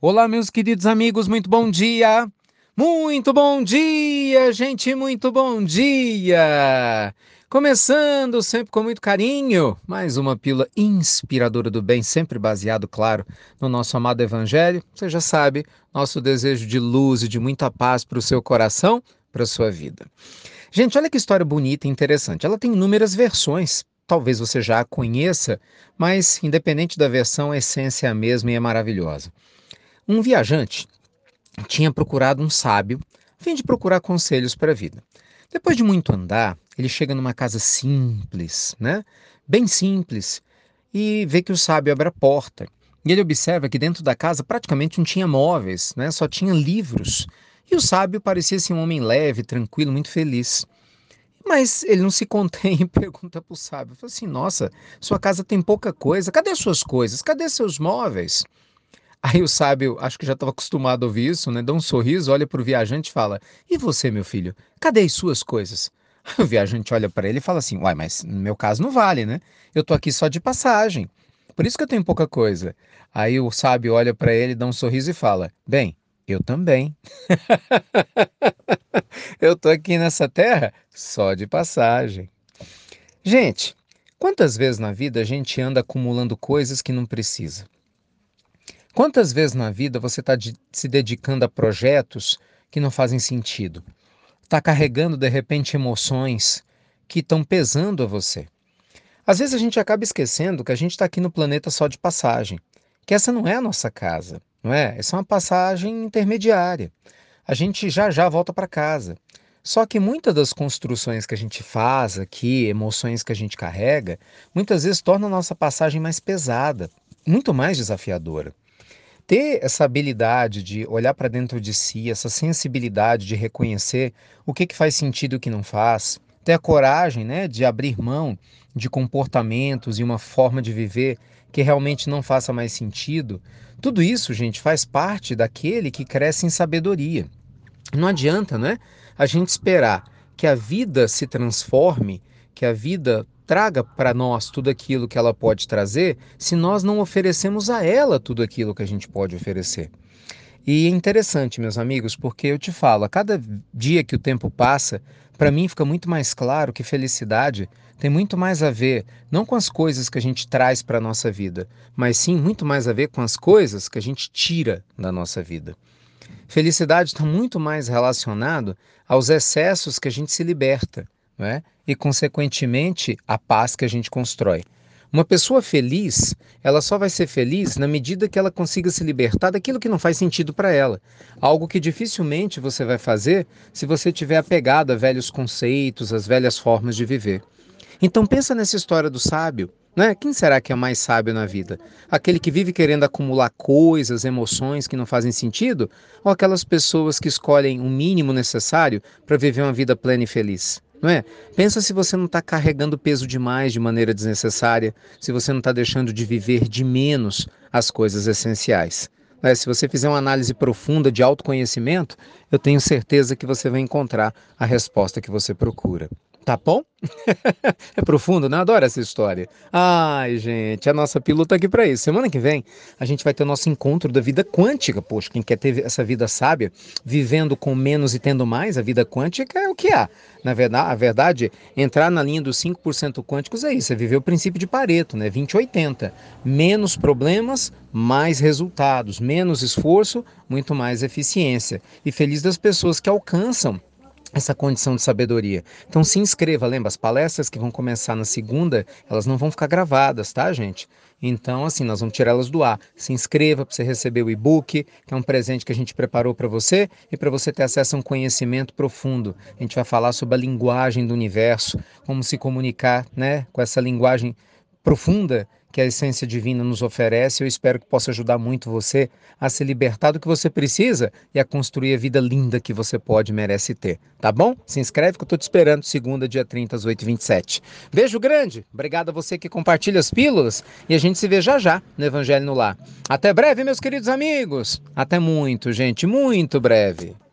Olá, meus queridos amigos, muito bom dia! Muito bom dia, gente, muito bom dia! Começando sempre com muito carinho, mais uma pílula inspiradora do bem, sempre baseado, claro, no nosso amado Evangelho. Você já sabe, nosso desejo de luz e de muita paz para o seu coração, para a sua vida. Gente, olha que história bonita e interessante. Ela tem inúmeras versões. Talvez você já a conheça, mas independente da versão, a essência é a mesma e é maravilhosa. Um viajante tinha procurado um sábio, a fim de procurar conselhos para a vida. Depois de muito andar, ele chega numa casa simples, né? Bem simples, e vê que o sábio abre a porta. E ele observa que dentro da casa praticamente não tinha móveis, né? Só tinha livros. E o sábio parecia ser um homem leve, tranquilo, muito feliz. Mas ele não se contém e pergunta para o sábio, fala assim, nossa, sua casa tem pouca coisa, cadê suas coisas? Cadê seus móveis? Aí o sábio, acho que já estava acostumado a ouvir isso, né? Dá um sorriso, olha para o viajante e fala: E você, meu filho? Cadê as suas coisas? Aí o viajante olha para ele e fala assim: Uai, mas no meu caso não vale, né? Eu tô aqui só de passagem. Por isso que eu tenho pouca coisa. Aí o sábio olha para ele, dá um sorriso e fala: Bem, eu também. Eu tô aqui nessa terra só de passagem. Gente, quantas vezes na vida a gente anda acumulando coisas que não precisa? Quantas vezes na vida você está se dedicando a projetos que não fazem sentido? Está carregando de repente emoções que estão pesando a você? Às vezes a gente acaba esquecendo que a gente está aqui no planeta só de passagem, que essa não é a nossa casa, não é? Essa é uma passagem intermediária. A gente já já volta para casa. Só que muitas das construções que a gente faz aqui, emoções que a gente carrega, muitas vezes tornam a nossa passagem mais pesada, muito mais desafiadora. Ter essa habilidade de olhar para dentro de si, essa sensibilidade de reconhecer o que faz sentido e o que não faz, ter a coragem, né, de abrir mão de comportamentos e uma forma de viver que realmente não faça mais sentido, tudo isso, gente, faz parte daquele que cresce em sabedoria. Não adianta, né, a gente esperar que a vida se transforme, que a vida traga para nós tudo aquilo que ela pode trazer, se nós não oferecemos a ela tudo aquilo que a gente pode oferecer. E é interessante, meus amigos, porque eu te falo, a cada dia que o tempo passa, para mim fica muito mais claro que felicidade tem muito mais a ver não com as coisas que a gente traz para a nossa vida, mas sim muito mais a ver com as coisas que a gente tira da nossa vida. Felicidade está muito mais relacionado aos excessos que a gente se liberta, não é? E, consequentemente, a paz que a gente constrói. Uma pessoa feliz, ela só vai ser feliz na medida que ela consiga se libertar daquilo que não faz sentido para ela. Algo que dificilmente você vai fazer se você estiver apegado a velhos conceitos, às velhas formas de viver. Então pensa nessa história do sábio, né? Quem será que é mais sábio na vida? Aquele que vive querendo acumular coisas, emoções que não fazem sentido? Ou aquelas pessoas que escolhem o mínimo necessário para viver uma vida plena e feliz? Não é? Pensa se você não está carregando peso demais de maneira desnecessária, se você não está deixando de viver de menos as coisas essenciais. Né? Se você fizer uma análise profunda de autoconhecimento, eu tenho certeza que você vai encontrar a resposta que você procura. Tá bom? É profundo, né? Adoro essa história. Ai, gente, a nossa pílula tá aqui para isso. Semana que vem a gente vai ter o nosso encontro da vida quântica. Poxa, quem quer ter essa vida sábia, vivendo com menos e tendo mais, a vida quântica é o que há. Na verdade, a verdade, entrar na linha dos 5% quânticos é isso, é viver o princípio de Pareto, né? 20-80. Menos problemas, mais resultados. Menos esforço, muito mais eficiência. E feliz das pessoas que alcançam essa condição de sabedoria. Então se inscreva, lembra, as palestras que vão começar na segunda, elas não vão ficar gravadas, tá, gente? Então, assim, nós vamos tirá-las do ar. Se inscreva para você receber o e-book, que é um presente que a gente preparou para você e para você ter acesso a um conhecimento profundo. A gente vai falar sobre a linguagem do universo, como se comunicar, né, com essa linguagem profunda que a essência divina nos oferece. Eu espero que possa ajudar muito você a se libertar do que você precisa e a construir a vida linda que você pode e merece ter. Tá bom? Se inscreve que eu estou te esperando segunda, dia 30, às 8h27. Beijo grande, obrigado a você que compartilha as pílulas e a gente se vê já já no Evangelho no Lar. Até breve, meus queridos amigos. Até muito, gente, muito breve.